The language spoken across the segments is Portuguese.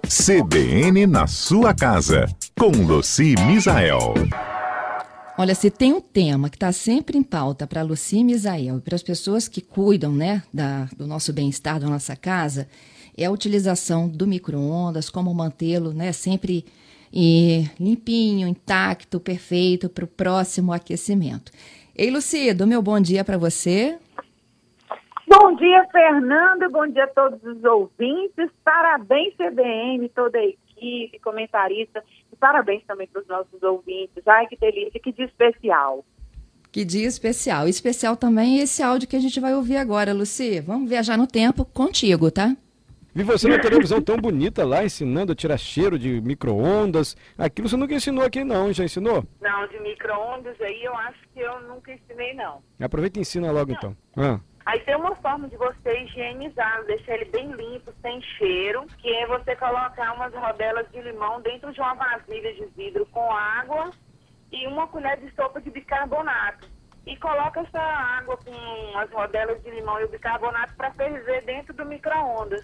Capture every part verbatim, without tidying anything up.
C B N na sua casa, com Lucy Misael. Olha, se tem um tema que está sempre em pauta para a Lucy Misael e para as pessoas que cuidam, né, da, do nosso bem-estar, da nossa casa, é a utilização do micro-ondas, como mantê-lo, né, sempre e, limpinho, intacto, perfeito para o próximo aquecimento. Ei, Lucy, do meu bom dia para você. Bom dia, Fernando. Bom dia a todos os ouvintes. Parabéns, C B N, toda a equipe, comentarista. E parabéns também para os nossos ouvintes. Ai, que delícia, que dia especial. Que dia especial. Especial também esse áudio que a gente vai ouvir agora, Lucy. Vamos viajar no tempo contigo, tá? Vi você na televisão tão bonita lá, ensinando a tirar cheiro de micro-ondas. Aquilo você nunca ensinou aqui não, já ensinou? Não, de micro-ondas aí eu acho que eu nunca ensinei, não. Aproveita e ensina logo, não. Então. Ah. Aí tem uma forma de você higienizar, deixar ele bem limpo, sem cheiro, que é você colocar umas rodelas de limão dentro de uma vasilha de vidro com água e uma colher de sopa de bicarbonato. E coloca essa água com as rodelas de limão e o bicarbonato para ferver dentro do micro-ondas.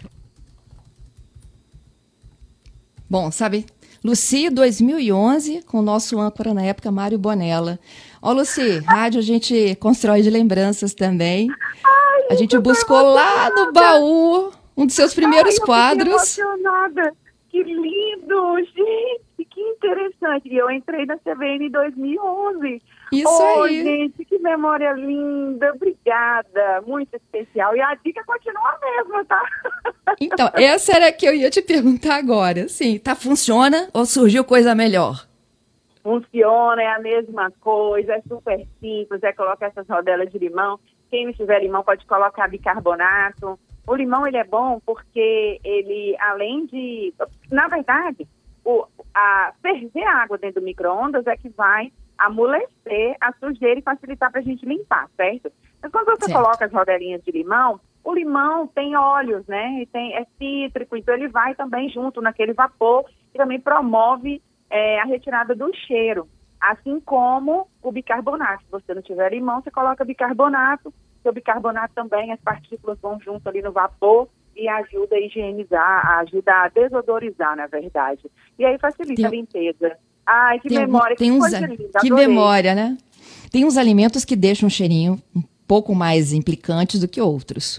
Bom, sabe, Lucy dois mil e onze, com o nosso âncora na época, Mário Bonella. Ó, Lucy, rádio a gente constrói de lembranças também. Ai, a gente buscou lá no baú um dos seus primeiros Ai, quadros. Eu emocionada. Que lindo, gente, que interessante. E eu entrei na C B N em dois mil e onze. Isso oh, aí. Gente, que memória linda, obrigada, muito especial. E a dica continua a mesma, tá? Então, essa era a que eu ia te perguntar agora. Sim, tá, funciona ou surgiu coisa melhor? Funciona, é a mesma coisa, é super simples, é colocar essas rodelas de limão. Quem não tiver limão pode colocar bicarbonato. O limão, ele é bom porque ele, além de... Na verdade, o, a, ferver a água dentro do micro-ondas é que vai amolecer a sujeira e facilitar para a gente limpar, certo? Mas quando você certo. coloca as rodelinhas de limão, o limão tem óleos, né? E tem, é cítrico, então ele vai também junto naquele vapor e também promove é, a retirada do cheiro. Assim como o bicarbonato. Se você não tiver limão, você coloca bicarbonato. O bicarbonato também, as partículas vão junto ali no vapor e ajuda a higienizar, ajuda a desodorizar, na verdade. E aí facilita tem, a limpeza. Ai, que tem, memória, tem que uns, coisa linda, que adorei. memória, né? Tem uns alimentos que deixam um cheirinho um pouco mais implicantes do que outros.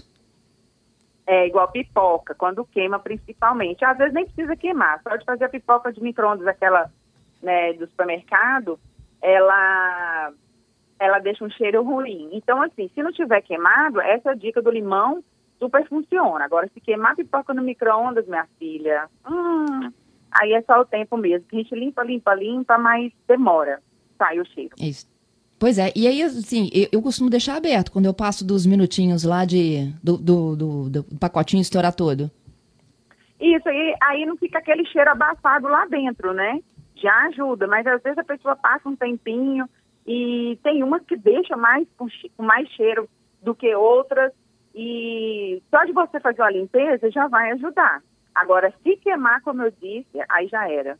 É igual pipoca, quando queima principalmente. Às vezes nem precisa queimar, só de fazer a pipoca de micro-ondas, aquela, né, do supermercado, ela... ela deixa um cheiro ruim. Então, assim, se não tiver queimado, essa dica do limão super funciona. Agora, se queimar pipoca no micro-ondas, minha filha, hum, aí é só o tempo mesmo. A gente limpa, limpa, limpa, mas demora. Sai o cheiro. Isso. Pois é, e aí, assim, eu, eu costumo deixar aberto quando eu passo dos minutinhos lá de, do, do, do, do pacotinho estourar todo. Isso, aí, aí não fica aquele cheiro abafado lá dentro, né? Já ajuda, mas às vezes a pessoa passa um tempinho. E tem umas que deixam mais com, com mais cheiro do que outras. E só de você fazer uma limpeza já vai ajudar. Agora, se queimar, como eu disse, aí já era.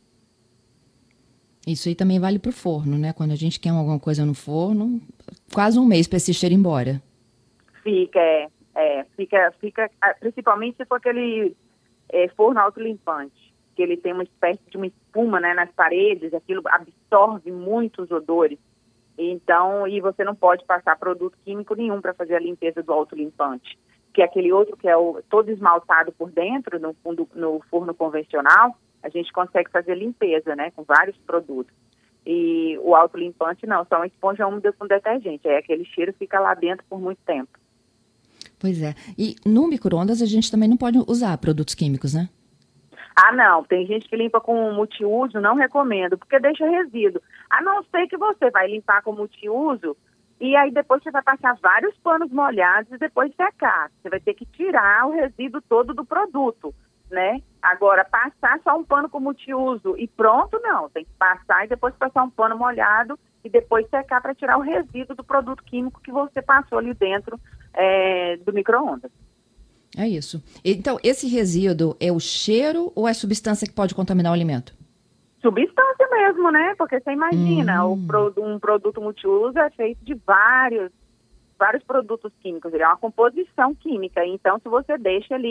Isso aí também vale pro forno, né? Quando a gente queima alguma coisa no forno, quase um mês para esse cheiro ir embora. Fica, é. é fica, fica, principalmente se for aquele é, forno autolimpante, que ele tem uma espécie de uma espuma, né, nas paredes, aquilo absorve muitos odores. Então, e você não pode passar produto químico nenhum para fazer a limpeza do autolimpante. Que é aquele outro que é o, todo esmaltado por dentro, no, fundo, no forno convencional, a gente consegue fazer limpeza, né, com vários produtos. E o autolimpante não, só uma esponja úmida com detergente. Aí aquele cheiro fica lá dentro por muito tempo. Pois é. E no micro-ondas a gente também não pode usar produtos químicos, né? Ah, não. Tem gente que limpa com multiuso, não recomendo, porque deixa resíduo. A não ser que você vai limpar com multiuso e aí depois você vai passar vários panos molhados e depois secar. Você vai ter que tirar o resíduo todo do produto, né? Agora, passar só um pano com multiuso e pronto, não. Tem que passar e depois passar um pano molhado e depois secar para tirar o resíduo do produto químico que você passou ali dentro é, do micro-ondas. É isso. Então, esse resíduo é o cheiro ou é a substância que pode contaminar o alimento? Substância mesmo, né? Porque você imagina, hum. o pro, um produto multiuso é feito de vários, vários produtos químicos. Ele é uma composição química. Então, se você deixa ali,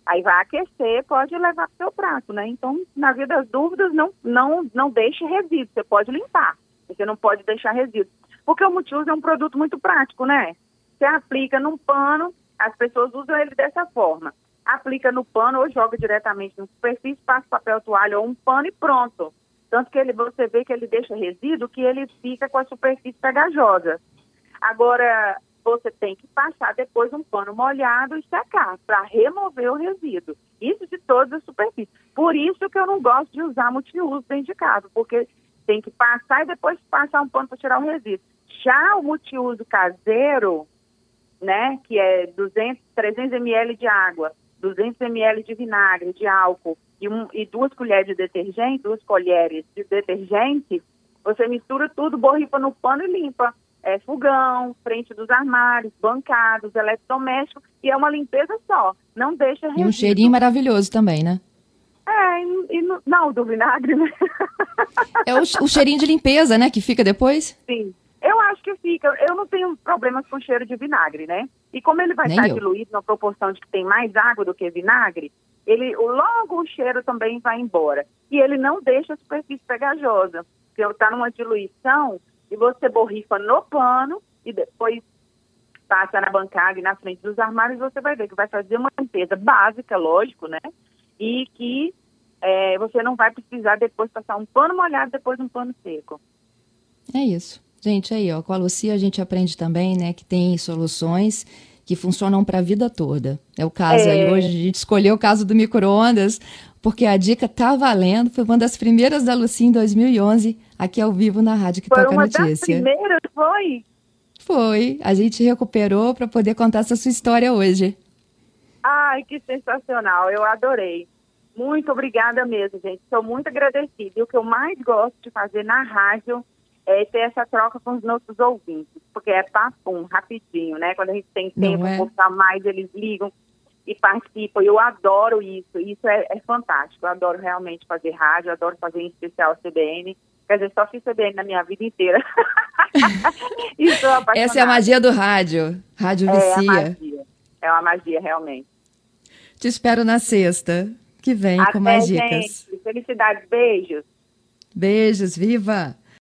Aí vai aquecer, pode levar para o seu prato, né? Então, na via das dúvidas, não, não, não deixe resíduo. Você pode limpar, você não pode deixar resíduo. Porque o multiuso é um produto muito prático, né? Você aplica num pano, as pessoas usam ele dessa forma. Aplica no pano ou joga diretamente no superfície, passa papel toalha ou um pano e pronto. Tanto que ele, você vê que ele deixa resíduo, que ele fica com a superfície pegajosa. Agora, você tem que passar depois um pano molhado e secar para remover o resíduo. Isso de todas as superfícies. Por isso que eu não gosto de usar multiuso dentro de casa, porque tem que passar e depois passar um pano para tirar o resíduo. Já o multiuso caseiro, né, que é duzentos, trezentos mililitros de água, duzentos mililitros de vinagre, de álcool e, um, e duas colheres de detergente, duas colheres de detergente, você mistura tudo, borrifa no pano e limpa. É fogão, frente dos armários, bancados, eletrodomésticos, e é uma limpeza só, não deixa resíduo. E um cheirinho maravilhoso também, né? É, e, e no, não, do vinagre, né? É o, o cheirinho de limpeza, né, que fica depois? Sim, eu acho que fica, eu não tenho problemas com cheiro de vinagre, né? E como ele vai Nem estar eu. diluído na proporção de que tem mais água do que vinagre, ele, logo o cheiro também vai embora. E ele não deixa a superfície pegajosa, porque está numa diluição, e você borrifa no pano e depois passa na bancada e na frente dos armários, você vai ver que vai fazer uma limpeza básica, lógico, né? E que é, você não vai precisar depois passar um pano molhado, depois um pano seco. É isso. Gente, aí, ó, com a Lucia a gente aprende também, né, que tem soluções que funcionam para a vida toda. É o caso É. aí, hoje a gente escolheu o caso do micro-ondas, porque a dica tá valendo, foi uma das primeiras da Lucia em dois mil e onze, aqui ao vivo na Rádio que Foi Toca uma das Notícia. primeiras, foi? Foi, a gente recuperou para poder contar essa sua história hoje. Ai, que sensacional, eu adorei. Muito obrigada mesmo, gente. Sou muito agradecida. E o que eu mais gosto de fazer na rádio é ter essa troca com os nossos ouvintes, porque é papum, rapidinho, né? Quando a gente tem Não tempo, é? um pouco a mais, eles ligam e participam. Eu adoro isso, isso é, é fantástico. Eu adoro realmente fazer rádio, eu adoro fazer em especial a C B N. Quer dizer, só fiz C B N na minha vida inteira. E sou apaixonada. Essa é a magia do rádio. Rádio É a vicia. magia, é uma magia realmente. Te espero na sexta, que vem Até, com mais dicas. gente. Felicidades, beijos. Beijos, viva!